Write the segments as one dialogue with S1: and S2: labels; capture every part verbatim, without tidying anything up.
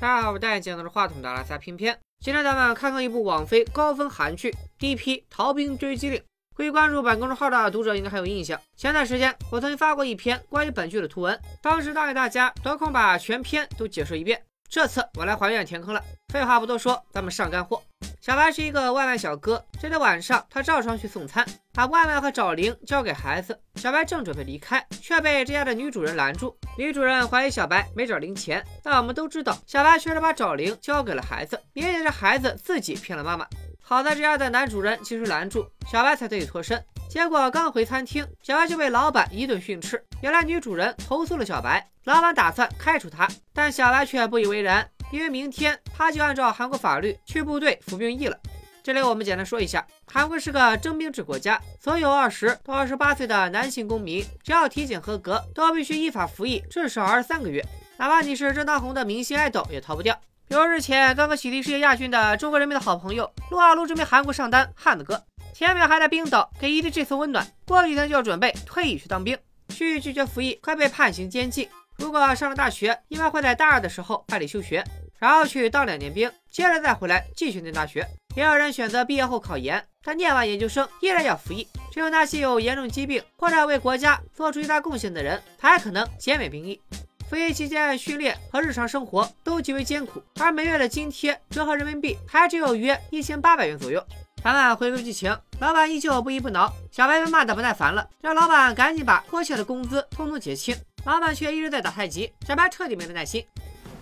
S1: 大家好，我是戴眼镜拿着话筒的阿拉萨偏偏。今天咱们看看一部网飞高分韩剧《第一批逃兵追击令》。会关注本公众号的读者应该还有印象，前段时间我曾经发过一篇关于本剧的图文，当时答应大家得空把全篇都解说一遍。这次我来还原填坑了，废话不多说，咱们上干货。小白是一个外卖小哥，这天晚上他照常去送餐，把外卖和找零交给孩子。小白正准备离开，却被这家的女主人拦住。女主人怀疑小白没找零钱，但我们都知道小白确实把找零交给了孩子，明显是孩子自己骗了妈妈。好在这家的男主人及时拦住，小白才得以脱身。结果刚回餐厅，小白就被老板一顿训斥。原来女主人投诉了小白，老板打算开除他，但小白却不以为然，因为明天他就按照韩国法律去部队服兵役了。这里我们简单说一下，韩国是个征兵制国家，所有二十到二十八岁的男性公民，只要体检合格，都必须依法服役至少二十三个月，哪怕你是正当红的明星爱豆也逃不掉。比如日前刚刚喜提世界亚军的中国人民的好朋友撸啊撸这名韩国上单汉子哥，前面还在冰岛给 E D G 送温暖，过几天就要准备退役去当兵，去拒绝服役快被判刑监禁。如果上了大学，一般会在大二的时候办理休学，然后去当两年兵，接着再回来继续念大学。也有人选择毕业后考研，但念完研究生依然要服役。只有那些有严重疾病或者为国家做出巨大贡献的人，才可能减免兵役。服役期间训练和日常生活都极为艰苦，而每月的津贴折合人民币还只有约一千八百元左右。咱们回归剧情，老板依旧不依不挠，小白被骂得不耐烦了，让老板赶紧把拖欠的工资通通结清。老板却一直在打太极，小白彻底没了耐心。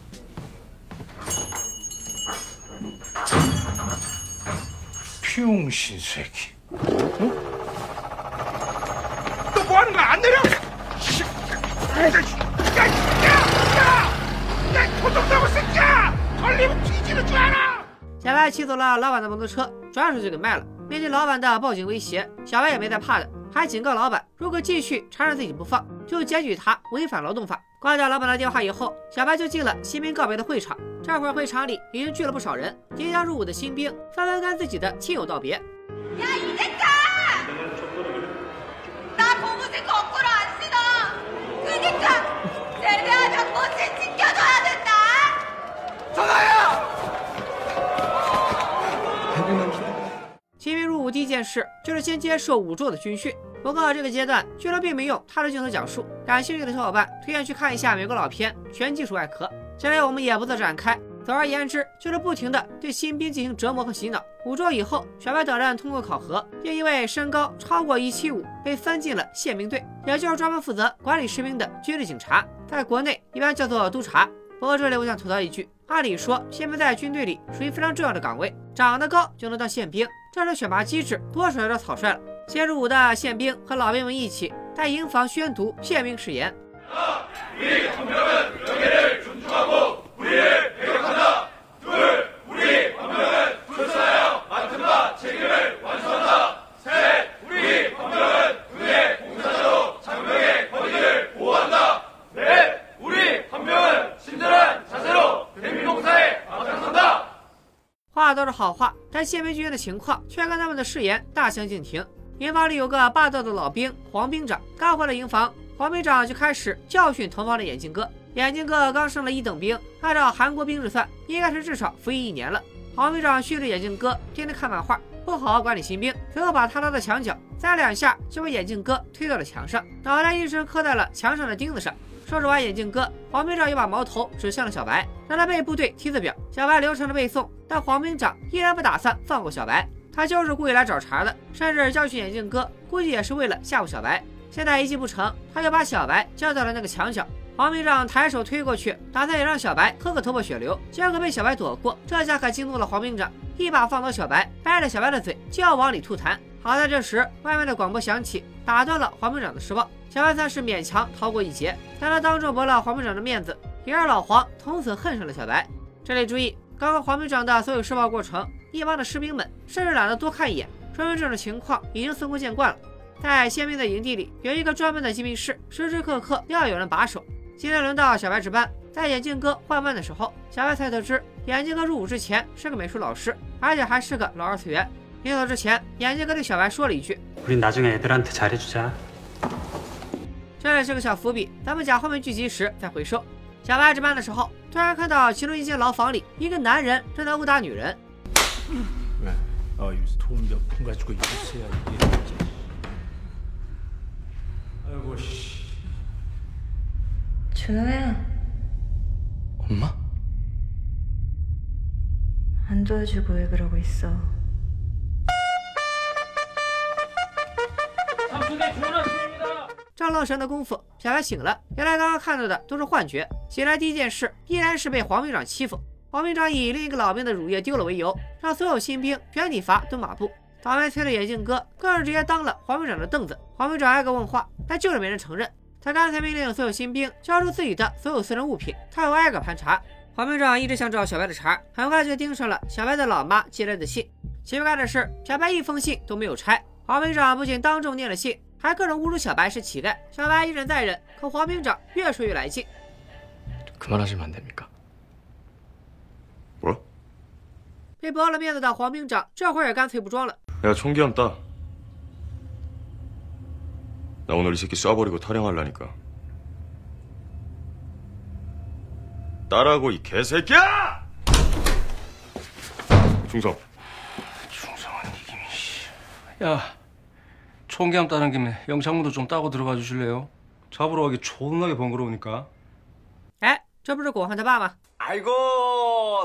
S2: 병신새끼. 어? 너 뭐하는 거야? 안 내려? 야! 야! 야! 도둑놈의 새끼야! 걸리면 뒤지는 줄 알아!
S1: 小白骑走了老板的摩托车，转手就给卖了。面对老板的报警威胁，小白也没在怕的，还警告老板，如果继续缠着自己不放，就检举他违反劳动法。挂掉老板的电话以后，小白就进了新兵告别的会场。这会儿会场里已经聚了不少人，即将入伍的新兵纷纷跟自己的亲友道别。
S3: 야 이제 가! 나 고무신 거꾸로 안 신어! 그니까 제대하면 꽃을 지켜줘야 된다!
S2: 전화야!
S1: 新兵入伍第一件事就是先接受五周的军训。不过这个阶段剧中并没有他的镜头讲述，感兴趣的小伙伴推荐去看一下美国老片《全技术外壳》，这里我们也不做展开。总而言之，就是不停的对新兵进行折磨和洗脑。五周以后，小白等人通过考核，并因为身高超过一七五被分进了宪兵队，也就是专门负责管理士兵的军事警察，在国内一般叫做督察。不过这里我想吐槽一句，按理说宪兵在军队里属于非常重要的岗位，长得高就能当宪兵，这种选拔机制多少有点草率了。先入伍的宪兵和老兵们一起在营房宣读宪兵誓言。话都是好话，但宪兵军的情况却跟他们的誓言大相径庭。营房里有个霸道的老兵黄兵长，刚回了营房，黄兵长就开始教训同房的眼镜哥。眼镜哥刚升了一等兵，按照韩国兵制算，应该是至少服役一年了。黄兵长训着眼镜哥天天看漫画，不好好管理新兵，最后把他拉到墙角，再两下就把眼镜哥推到了墙上，脑袋一直磕在了墙上的钉子上。收拾完眼镜哥，黄兵长又把矛头指向了小白，让他背部队梯子表。小白流畅的背诵，但黄兵长依然不打算放过小白，他就是故意来找茬的，甚至教训眼镜哥，估计也是为了吓唬小白。现在一计不成，他就把小白叫到了那个墙角。黄兵长抬手推过去，打算也让小白喝个头破血流，结果被小白躲过，这下可激怒了黄兵长，一把放倒小白，掰着小白的嘴就要往里吐痰。好在这时外面的广播响起，打断了黄兵长的施暴，小白算是勉强逃过一劫，但他当众驳了黄兵长的面子，也让老黄从此恨上了小白。这里注意，刚刚黄兵长的所有施暴过程，一帮的士兵们甚至懒得多看一眼，说明这种情况已经司空见惯了。在宪兵的营地里有一个专门的机密室，时时刻刻要有人把守。今天轮到小白值班，在眼镜哥换班的时候，小白才得知眼镜哥入伍之前是个美术老师，而且还是个老二次元。临走之前，眼镜哥对小白说了一句：“
S4: 우린 나중에 애들한테 잘해주자。”
S1: 这里是个小伏笔，咱们讲后面剧集时再回收。小白值班的时候， 突然看到其中一间牢房里，一个男人正在殴打女人。
S5: 아, 여기서 돈 몇 푼 가지고 있었어야 이게 진짜. 아이고 씨.
S3: 준호야.
S5: 엄마?
S3: 안 도와주고 왜 그러고 있어?
S5: 삼촌의 좋은 아침입니다.
S1: 正愣神的功夫，小白醒了，原来刚刚看到的都是幻觉。醒来第一件事依然是被黄兵长欺负。 黄兵长以另一个老兵的乳液丢了为由，让所有新兵原地罚蹲马步。倒霉催的眼镜哥更是直接当了黄兵长的凳子。黄兵长挨个问话，但就是没人承认。他刚才命令所有新兵交出自己的所有私人物品，他又挨个盘查。黄兵长一直想找小白的茬，很快就盯上了小白的老妈寄来的信。奇怪的是，小白一封信都没有拆。黄兵长不仅当众念了信，还各种侮辱小白是乞丐。小白一忍再忍，可黄兵长越说越来劲。
S6: 그만하시면 안 됩니까?
S2: 뭐야?
S1: 被驳了面子的黄兵长这会儿也干脆不装了。
S2: 야 총기함 따. 나 오늘 이 새끼 쏴버리고 타령하려니까. 따라고 이 개새끼야! 충성.
S5: 충성한 이김이 씨. 야, 총기함 따는 김에 영창문도 좀 따고 들어가 주실래요? 잡으러 가기 존나게 번거로우니까.
S1: 哎，这不是果焕他爸吗？
S7: 아이고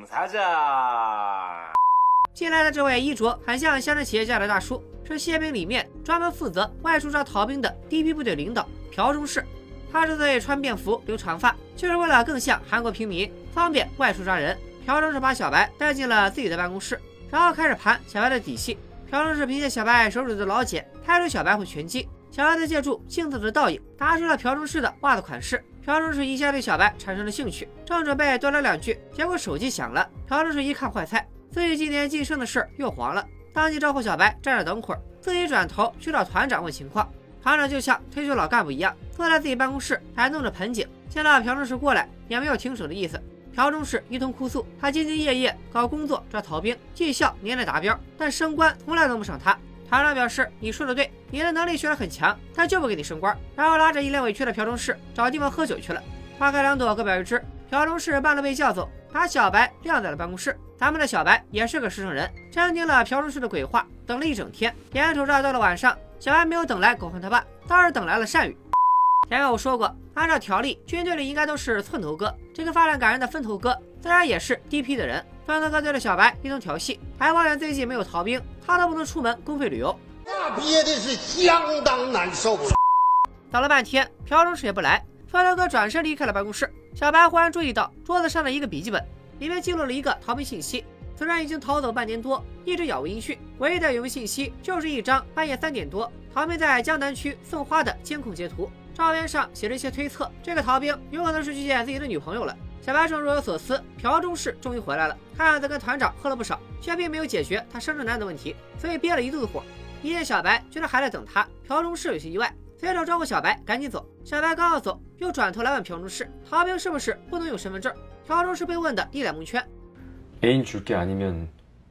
S7: 성사장.
S1: 进来的这位衣着很像乡镇企业家的大叔，是宪兵里面专门负责外出抓逃兵的第一批部队领导朴忠士。他之所以穿便服、留长发，就是为了更像韩国平民，方便外出抓人。朴忠士把小白带进了自己的办公室，然后开始盘小白的底细。朴忠士凭借小白手指的老茧，猜出小白会拳击。小白则借助镜子的倒影，答出了朴忠士的袜子款式。 朴忠士一下对小白产生了兴趣，正准备多聊两句，结果手机响了。朴忠士一看坏菜，自己今年晋升的事又黄了，当即招呼小白站着等会儿，自己转头去找团长问情况。团长就像退休老干部一样，坐在自己办公室，还弄着盆景。见到朴忠士过来，也没有停手的意思。朴忠士一通哭诉，他兢兢业业搞工作抓逃兵，绩效年年达标，但升官从来轮不上他。 团长表示：“你说的对，你的能力虽然很强，但就不给你升官。”然后拉着一脸委屈的朴忠士找地方喝酒去了。花开两朵，各表一枝。朴忠士半路被叫走，把小白晾在了办公室。咱们的小白也是个实诚人，真听了朴忠士的鬼话，等了一整天。眼瞅着到了晚上，小白没有等来狗焕他爸，倒是等来了善宇。前面我说过，按照条例，军队里应该都是寸头哥。这个发展感人的分头哥，自然也是第一批的人。 分头哥对着小白一通调戏，还抱怨最近没有逃兵，他都不能出门公费旅游，
S8: 那憋的是相当难受。
S1: 等了半天，朴忠士也不来，分头哥转身离开了办公室。小白忽然注意到桌子上的一个笔记本，里面记录了一个逃兵信息。此人已经逃走半年多，一直杳无音讯，唯一的有用信息就是一张半夜三点多逃兵在江南区送花的监控截图，照片上写着一些推测，这个逃兵有可能是去见自己的女朋友了。 小白正若有所思，朴忠士终于回来了，看子跟团长喝了不少，却并没有解决他生正男的问题，所以憋了一肚子火。一见小白居然还在等他，朴忠士有些意外，随手招呼小白赶紧走。小白刚要走，又转头来问朴忠士，逃兵是不是不能有身份证？朴忠士被问得一脸蒙圈。
S6: 애인 줄게 아니면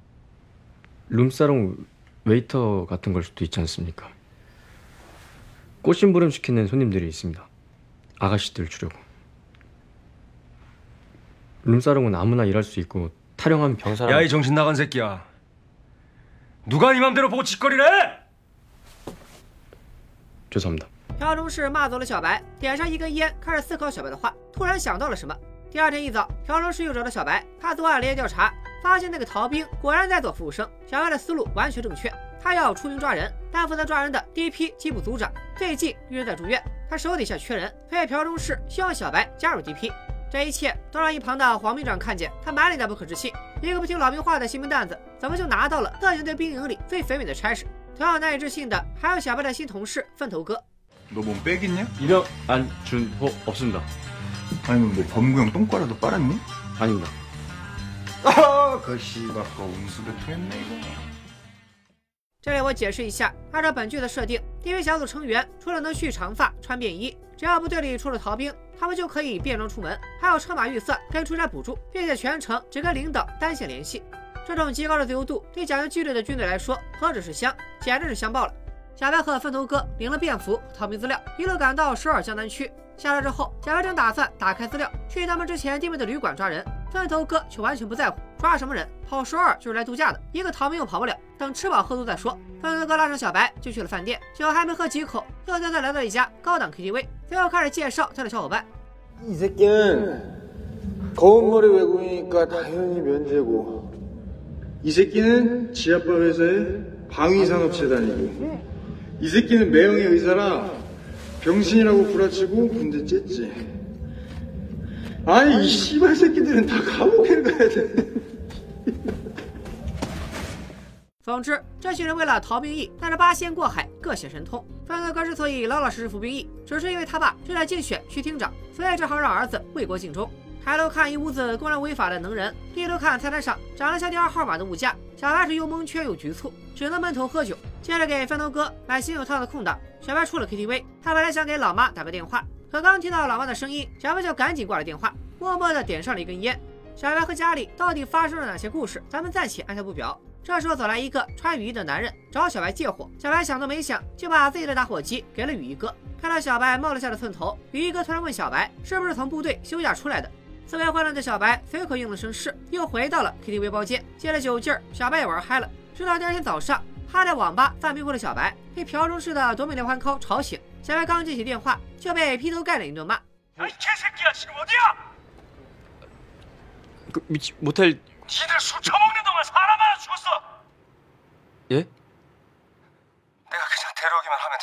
S6: 룸사롱 웨이터 같은 걸 수도 있지 않습니까? 꽃심부름 시키는 손님들이 있습니다. 아가씨들 주려고. 룸사롱은 아무나 일할 수 있고 타령한 병사랑.
S5: 야, 이 정신 나간 새끼야. 누가 네 맘대로 보고 짓거리를 해?
S6: 죄송합니다.
S1: 朴忠士骂走了小白，点上一根烟，开始思考小白的话，突然想到了什么。第二天一早，朴忠士又找到小白，他做案连夜调查，发现那个逃兵果然在做服务生。小白的思路完全正确，他要出兵抓人，但负责抓人的第一批缉捕组长最近一直在住院，他手底下缺人，所以朴忠士希望小白加入第一批。 这一切都让一旁的黄兵长看见，他满脸的不可置信。一个不听老兵话的新兵蛋子，怎么就拿到了特警队兵营里最肥美的差事？同样难以置信的，还有小白的新同事分头哥。
S2: 너 몸 빼겠냐?
S6: 이병 안준호 없습니다.
S2: 아니면 뭐 범구형 똥꼬라도 빨았니?
S6: 아닙니다.
S2: 아, 그 씨발 거 운수를 통했네 이거.
S1: 这里我解释一下，按照本剧的设定，地狱小组成员除了能蓄长发、穿便衣，只要部队里出了逃兵，他们就可以变装出门，还有车马预算跟出差补助，并且全程只跟领导单线联系。这种极高的自由度，对讲究纪律的军队来说，何止是香，简直是香爆了。小白和分头哥领了便服和逃兵资料，一路赶到首尔江南区， 下车之后，小白正打算打开资料去他们之前定位的旅馆抓人，分头哥却完全不在乎，抓什么人？跑首尔就是来度假的，一个逃兵又跑不了，等吃饱喝足再说。分头哥拉上小白就去了饭店，酒还没喝几口，又带他来到一家高档 K T V， 最后开始介绍他的小伙伴。
S9: 이 새끼는 검은 머리 외국이니까 당연히 면제고, 이 새끼는 지하바 회사의 방위산업체 다니고, 이 새끼는 매형의 의사라 병신이라고 구라치고 군대 쨌지. 아니 이 씨발 새끼들은 다 감옥에 가야 돼.
S1: 总之，这群人为了逃兵役，带着八仙过海，各显神通。分头哥之所以老老实实服兵役，只是因为他爸正在竞选区厅长，所以只好让儿子为国尽忠。抬头看一屋子公然违法的能人，低头看菜单上长得像电话号码的物价，小白是又蒙圈又局促，只能闷头喝酒。接着给分头哥买新手套的空档，小白出了 K T V。他本来想给老妈打个电话，可刚听到老妈的声音，小白就赶紧挂了电话，默默地点上了一根烟。小白和家里到底发生了哪些故事，咱们暂且按下不表。 这时候走来一个穿雨衣的男人，找小白借火。小白想都没想，就把自己的打火机给了雨衣哥。看到小白冒了下的寸头，雨衣哥突然问小白是不是从部队休假出来的。思维混乱的小白随口应了声是，又回到了 K T V 包间。借着酒劲儿，小白也玩嗨了。直到第二天早上，趴在网吧犯迷糊的小白被朴中式的夺命连环 call 吵醒。小白刚接起电话，就被劈头盖脸一顿骂。
S2: 야, 이 개새끼야, 지금 어디야?
S6: 그 미치 모텔.
S2: 니들 술 처먹는 동안 사람 하나 죽었어.
S6: 예?
S2: 내가 그냥 데려오기만 하면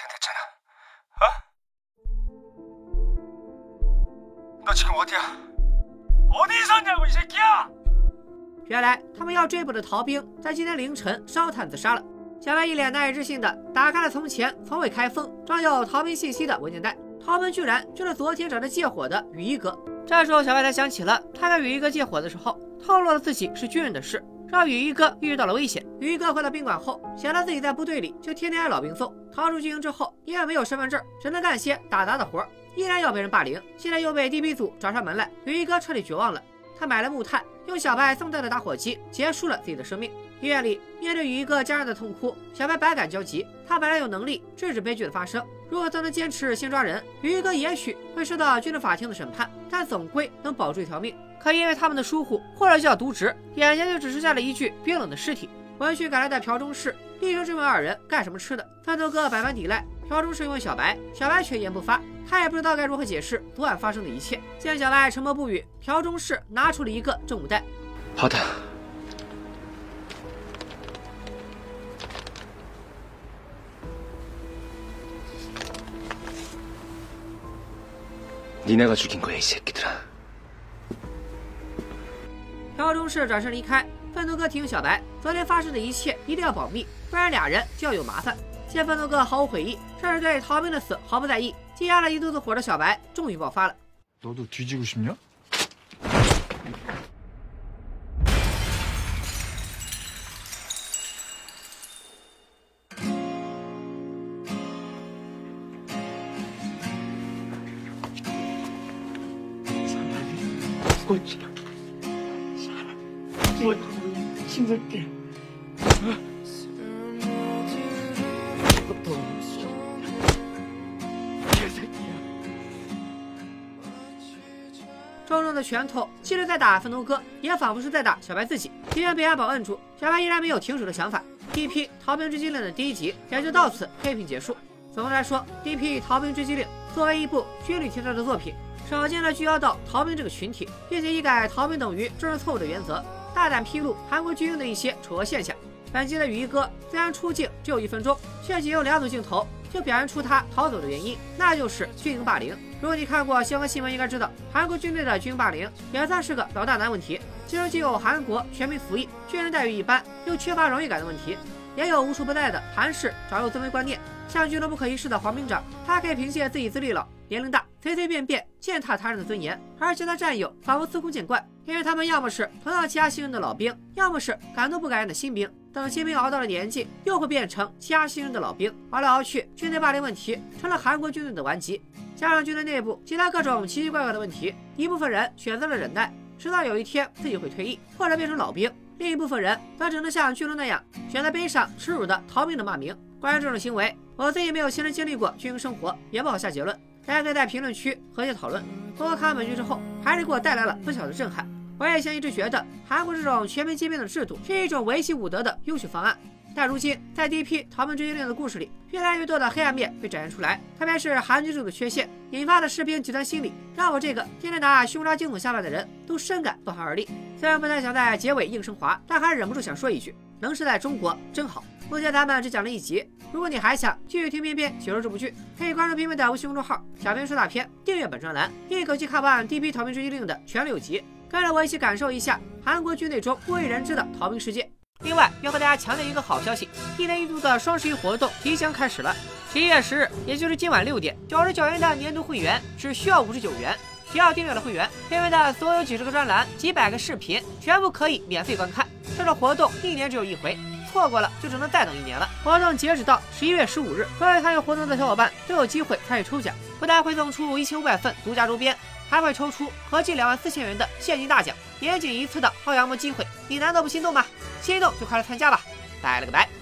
S2: 된댔잖아. 어? 너 지금 어디야? 어디 있었냐고 이 새끼야!
S1: 原来他们要追捕的逃兵在今天凌晨烧炭自杀了。小白一脸难以置信的打开了从前从未开封、装有逃兵信息的文件袋，逃兵居然就是昨天找他借火的雨衣哥。这时候小白才想起了他跟雨衣哥借火的时候透露了自己是军人的事，让雨衣哥遇到了危险。雨衣哥回到宾馆后，想到自己在部队里就天天挨老兵揍，逃出军营之后因为没有身份证，只能干些打杂的活，依然要被人霸凌。现在又被 D P 组找上门来，雨衣哥彻底绝望了。他买了木炭，用小白送带的打火机结束了自己的生命。医院里，面对雨衣哥家人的痛哭，小白百感交集。他本来有能力制止悲剧的发生，如果他能坚持先抓人，雨衣哥也许会受到军人法庭的审判，但总归能保住一条命。可因为他们的疏忽，或者叫渎职，眼前就只剩下了一具冰冷的尸体。闻讯赶来的朴中士厉声质问二人干什么吃的，分头哥百般抵赖，朴中士问小白，小白却一言不发，他也不知道该如何解释昨晚发生的一切。见小白沉默不语，朴中士拿出了一个证物袋。
S5: 받아. 니네가 죽인 거야 이 새끼들아.
S1: 朴中士转身离开，分头哥提醒小白，昨天发生的一切一定要保密，不然俩人就要有麻烦。见分头哥毫无悔意，甚至对逃兵的死毫不在意，积压了一肚子火的小白终于爆发了。
S9: 너도 뒤지고 싶냐? 신새끼.
S1: 重重的拳头即使在打分头哥，也仿佛是在打小白自己。即便被安保摁住，小白依然没有停手的想法。D P 逃兵追击令的第一集也就到此黑屏结束。总的来说， D P 逃兵追击令作为一部军旅题材的作品，首先呢聚焦到逃兵这个群体，并且一改逃兵等于正视错误的原则，大胆披露韩国军营的一些丑恶现象。本集的雨衣哥虽然出镜只有一分钟，却仅用两组镜头就表现出他逃走的原因，那就是军营霸凌。如果你看过相关新闻，应该知道韩国军队的军营霸凌也算是个老大难问题。其中既有韩国全民服役、军人待遇一般又缺乏荣誉感的问题，也有无处不在的韩式长幼尊卑观念。像军中不可一世的黄兵长，他可以凭借自己资历老、年龄大，随随便便践踏他人的尊严，而其他战友仿佛司空见惯，因为他们要么是同样欺压新人的老兵，要么是敢怒不敢言的新兵。等新兵熬到了年纪，又会变成欺压新人的老兵。熬来熬去，军队霸凌问题成了韩国军队的顽疾。加上军队内部其他各种奇奇怪怪的问题，一部分人选择了忍耐，直到有一天自己会退役或者变成老兵；另一部分人则只能像军中那样选择悲伤耻辱的逃命的骂名。关于这种行为，我自己没有亲身经历过军营生活，也不好下结论。 大家可以在评论区和谐讨论。不过看完本剧之后，还是给我带来了不小的震撼。我以前一直觉得韩国这种全民皆兵的制度是一种维系武德的优秀方案，但如今在第一批逃兵追击令的故事里，越来越多的黑暗面被展现出来，特别是韩剧制度的缺陷引发的士兵极端心理，让我这个天天拿凶杀惊悚下饭的人都深感不寒而栗。虽然不太想在结尾硬升华，但还是忍不住想说一句：能是在中国真好。目前咱们只讲了一集，如果你还想继续听偏偏解说这部剧，可以关注偏偏的微信公众号“小编说大片”，订阅本专栏，一口气看完第一批逃兵追击令的全六集，跟着我一起感受一下韩国军队中不为人知的逃兵世界。另外要和大家强调一个好消息，一年一度的双十一活动即将开始了。十一月十日，也就是今晚六点，九十九元的年度会员只需要五十九元。只要订阅了会员，偏偏的所有几十个专栏、几百个视频，全部可以免费观看。这种活动一年只有一回，错过了就只能再等一年了。活动截止到十一月十五日，所有参与活动的小伙伴都有机会参与抽奖，不但会送出一千五百份独家周边，还会抽出合计两万四千元的现金大奖，年仅一次的薅羊毛机会，你难道不心动吗？心动就快来参加吧！拜了个拜。